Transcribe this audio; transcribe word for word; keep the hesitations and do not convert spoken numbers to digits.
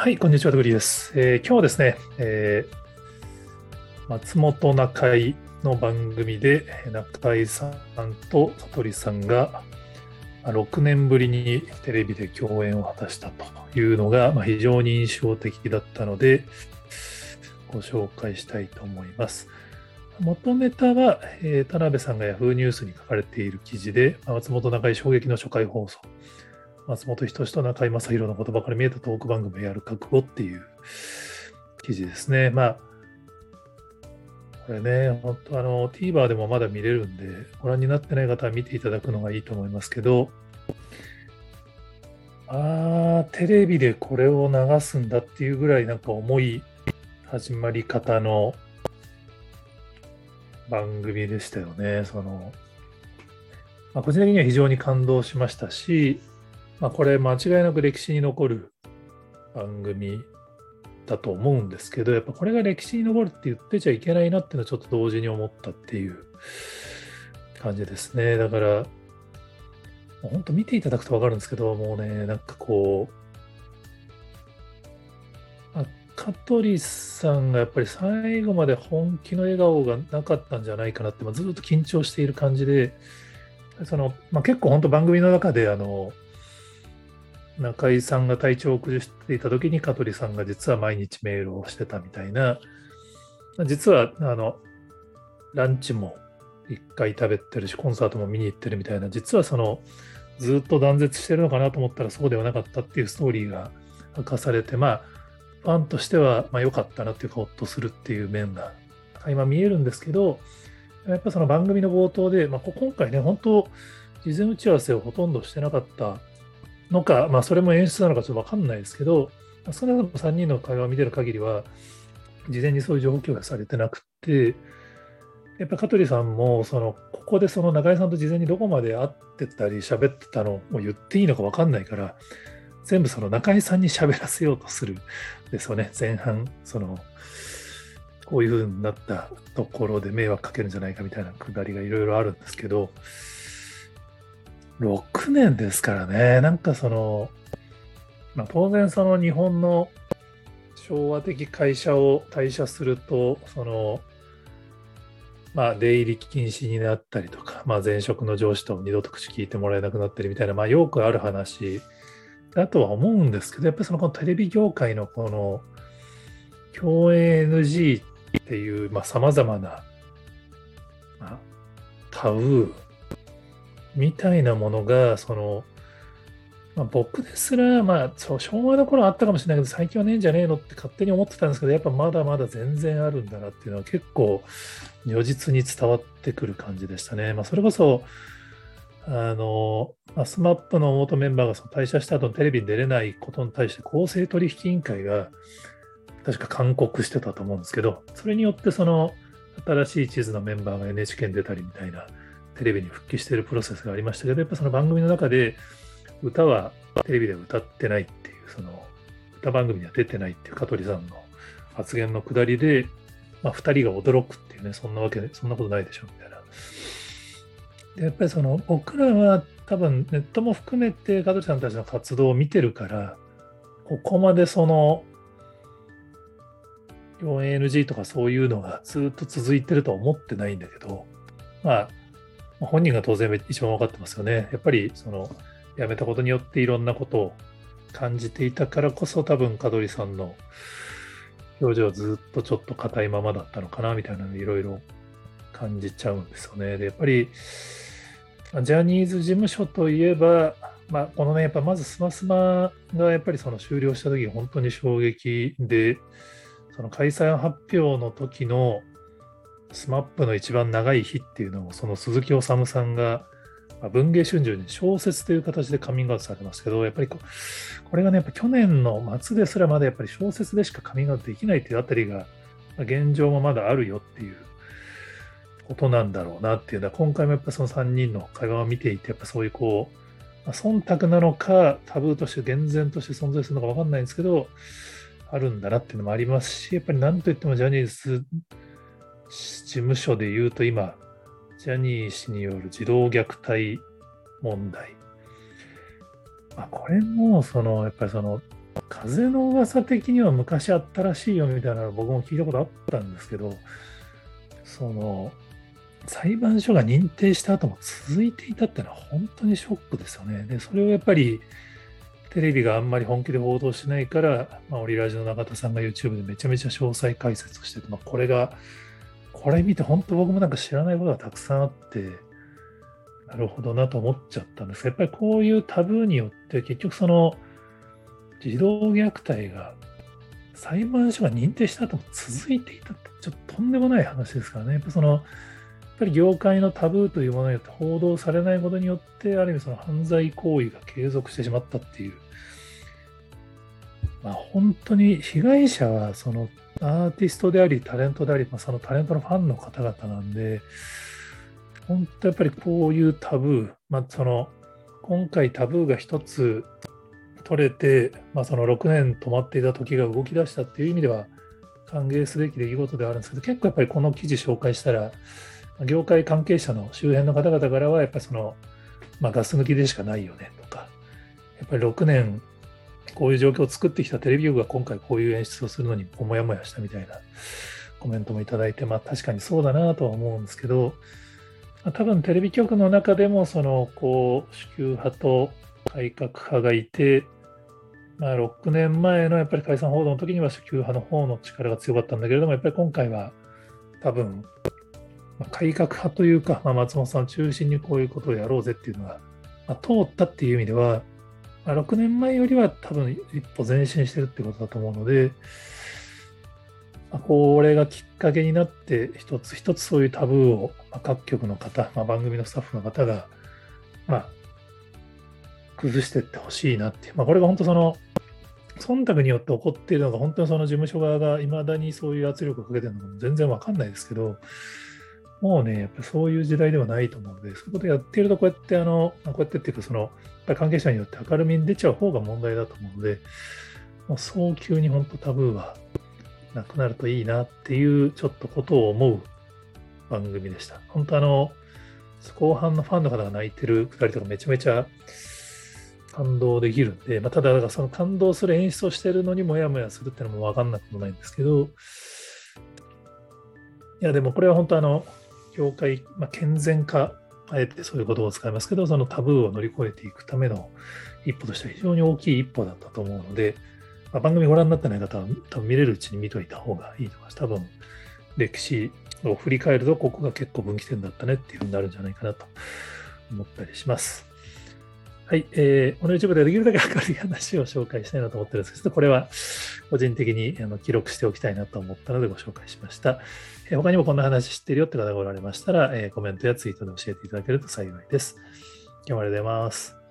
はい、こんにちは、ドグリーです。えー今日はですね、えー松本中井の番組で、中井さんと香取さんがまあろくねんぶりにテレビで共演を果たしたというのが、まあ、非常に印象的だったので、ご紹介したいと思います。元ネタは、えー田辺さんが Yahoo ニュースに書かれている記事で、まあ松本中井衝撃の初回放送。松本人志と中居正広の言葉から見えたトーク番組をやる覚悟っていう記事ですね。まあ、これね、本当あの、TVer でもまだ見れるんで、ご覧になってない方は見ていただくのがいいと思いますけど、あー、テレビでこれを流すんだっていうぐらいなんか重い始まり方の番組でしたよね。その、まあ、個人的には非常に感動しましたし、まあ、これ間違いなく歴史に残る番組だと思うんですけど、やっぱこれが歴史に残るって言ってちゃいけないなっていうのはちょっと同時に思ったっていう感じですね。だから、本当見ていただくと分かるんですけど、もうね、なんかこう、あ香取さんがやっぱり最後まで本気の笑顔がなかったんじゃないかなって、まあ、ずっと緊張している感じで、その、まあ、結構本当番組の中で、あの、中井さんが体調を崩していた時に香取さんが実は毎日メールをしてたみたいな、実はあのランチも一回食べてるし、コンサートも見に行ってるみたいな、実はそのずっと断絶してるのかなと思ったらそうではなかったっていうストーリーが明かされて、まあ、ファンとしてはまあ良かったなっていうか、ほっとするっていう面が今見えるんですけど、やっぱその番組の冒頭で、まあ、今回ね、本当、事前打ち合わせをほとんどしてなかったのか、まあ、それも演出なのかちょっと分かんないですけど、少なくともさんにんの会話を見てる限りは、事前にそういう情報共有されてなくて、やっぱ香取さんも、その、ここでその中井さんと事前にどこまで会ってたり喋ってたのを言っていいのか分かんないから、全部その中井さんに喋らせようとするんですよね。前半、その、こういう風になったところで迷惑かけるんじゃないかみたいなくだりがいろいろあるんですけど、ろくねんですからね、なんかその、まあ、当然その日本の昭和的会社を退社すると、その、まあ、出入り禁止になったりとか、まあ、前職の上司と二度と口聞いてもらえなくなったりみたいな、まあ、よくある話だとは思うんですけど、やっぱりそのこのテレビ業界のこの共演 エヌジー っていう、まあ、様々な、まあ、タブーみたいなものが、その、まあ、僕ですら、まあ、そう、昭和の頃あったかもしれないけど、最近はねえんじゃねえのって勝手に思ってたんですけど、やっぱまだまだ全然あるんだなっていうのは結構如実に伝わってくる感じでしたね。まあ、それこそ、あの、まあ、スマップの元メンバーがその退社した後のテレビに出れないことに対して公正取引委員会が確か勧告してたと思うんですけど、それによってその新しい地図のメンバーが エヌエイチケー に出たりみたいなテレビに復帰しているプロセスがありましたけど、やっぱその番組の中で歌はテレビで歌ってないっていう、その歌番組には出てないっていう香取さんの発言のくだりで、まあ、ふたりが驚くっていうね、そんなわけで、そんなことないでしょみたいな。でやっぱりその僕らは多分ネットも含めて香取さんたちの活動を見てるから、ここまでその よんエヌジー とかそういうのがずっと続いてるとは思ってないんだけど、まあ、本人が当然一番分かってますよね。やっぱりその辞めたことによっていろんなことを感じていたからこそ、多分香取さんの表情はずっとちょっと硬いままだったのかなみたいなのいろいろ感じちゃうんですよね。で、やっぱりジャニーズ事務所といえば、まあ、このね、やっぱまずスマスマがやっぱりその終了した時本当に衝撃で、その解散発表の時のスマップの一番長い日っていうのを、その鈴木おさむさんが、まあ文藝春秋に小説という形でカミングアウトされてますけど、やっぱりここれがね、やっぱ去年の末ですらまだやっぱり小説でしかカミングアウトできないっていうあたりが、まあ現状もまだあるよっていうことなんだろうなっていうのは、今回もやっぱそのさんにんの会話を見ていて、やっぱそういうこう、まあ、忖度なのか、タブーとして厳然として存在するのか分かんないんですけど、あるんだなっていうのもありますし、やっぱり何といってもジャニーズ事務所で言うと今、ジャニー氏による児童虐待問題。まあ、これも、その、やっぱりその、 風の噂的には昔あったらしいよみたいなの僕も聞いたことあったんですけど、その裁判所が認定した後も続いていたっていうのは本当にショックですよね。で、それをやっぱりテレビがあんまり本気で報道しないから、まあ、オリラジの中田さんが YouTube でめちゃめちゃ詳細解説をしてて、まあ、これが、これ見て本当僕もなんか知らないことがたくさんあって、なるほどなと思っちゃったんですが、やっぱりこういうタブーによって結局その児童虐待が裁判所が認定した後も続いていたってちょっととんでもない話ですからね。やっぱその、やっぱり業界のタブーというものによって報道されないことによって、ある意味その犯罪行為が継続してしまったっていう、まあ、本当に被害者はそのアーティストであり、タレントであり、まあ、そのタレントのファンの方々なんで、本当やっぱりこういうタブー、まあ、その今回タブーが一つ取れて、まあ、そのろくねん止まっていた時が動き出したっていう意味では歓迎すべき出来事ではあるんですけど、結構やっぱりこの記事紹介したら、業界関係者の周辺の方々からは、やっぱりその、まあ、ガス抜きでしかないよねとか、やっぱりろくねんこういう状況を作ってきたテレビ局が今回こういう演出をするのにもやもやしたみたいなコメントもいただいて、まあ確かにそうだなとは思うんですけど、まあ、多分テレビ局の中でもそのこう主給派と改革派がいて、まあ、ろくねんまえのやっぱり解散報道の時には主給派の方の力が強かったんだけれども、やっぱり今回は多分、まあ、改革派というか、まあ、松本さんを中心にこういうことをやろうぜっていうのが、まあ、通ったっていう意味では、まあ、ろくねんまえよりは多分一歩前進してるってことだと思うので、まあ、これがきっかけになって一つ一つそういうタブーを、まあ、各局の方、まあ、番組のスタッフの方が、まあ、崩していってほしいなっていう、まあ、これが本当その忖度によって起こっているのが本当にその事務所側がいまだにそういう圧力をかけてるのかも全然わかんないですけど、もうね、やっぱそういう時代ではないと思うので、そういうことやっていると、こうやって、あの、こうやってっていうか、その、やっぱり関係者によって明るみに出ちゃう方が問題だと思うので、もう早急に本当タブーはなくなるといいなっていう、ちょっとことを思う番組でした。本当あの、後半のファンの方が泣いてるくだりとかめちゃめちゃ感動できるんで、まあ、ただ、だからその感動する演出をしてるのにもやもやするっていうのも分かんなくもないんですけど、いや、でもこれは本当あの、業界、まあ、健全化、あえてそういうことを使いますけど、そのタブーを乗り越えていくための一歩としては非常に大きい一歩だったと思うので、まあ、番組ご覧になってない方は多分見れるうちに見といた方がいいと思います。多分、歴史を振り返ると、ここが結構分岐点だったねっていうふうになるんじゃないかなと思ったりします。はい、えー、この YouTube でできるだけ明るい話を紹介したいなと思ってるんですけど、これは個人的にあの記録しておきたいなと思ったのでご紹介しました。えー、他にもこんな話知ってるよって方がおられましたら、えー、コメントやツイートで教えていただけると幸いです。今日もありがとうございます。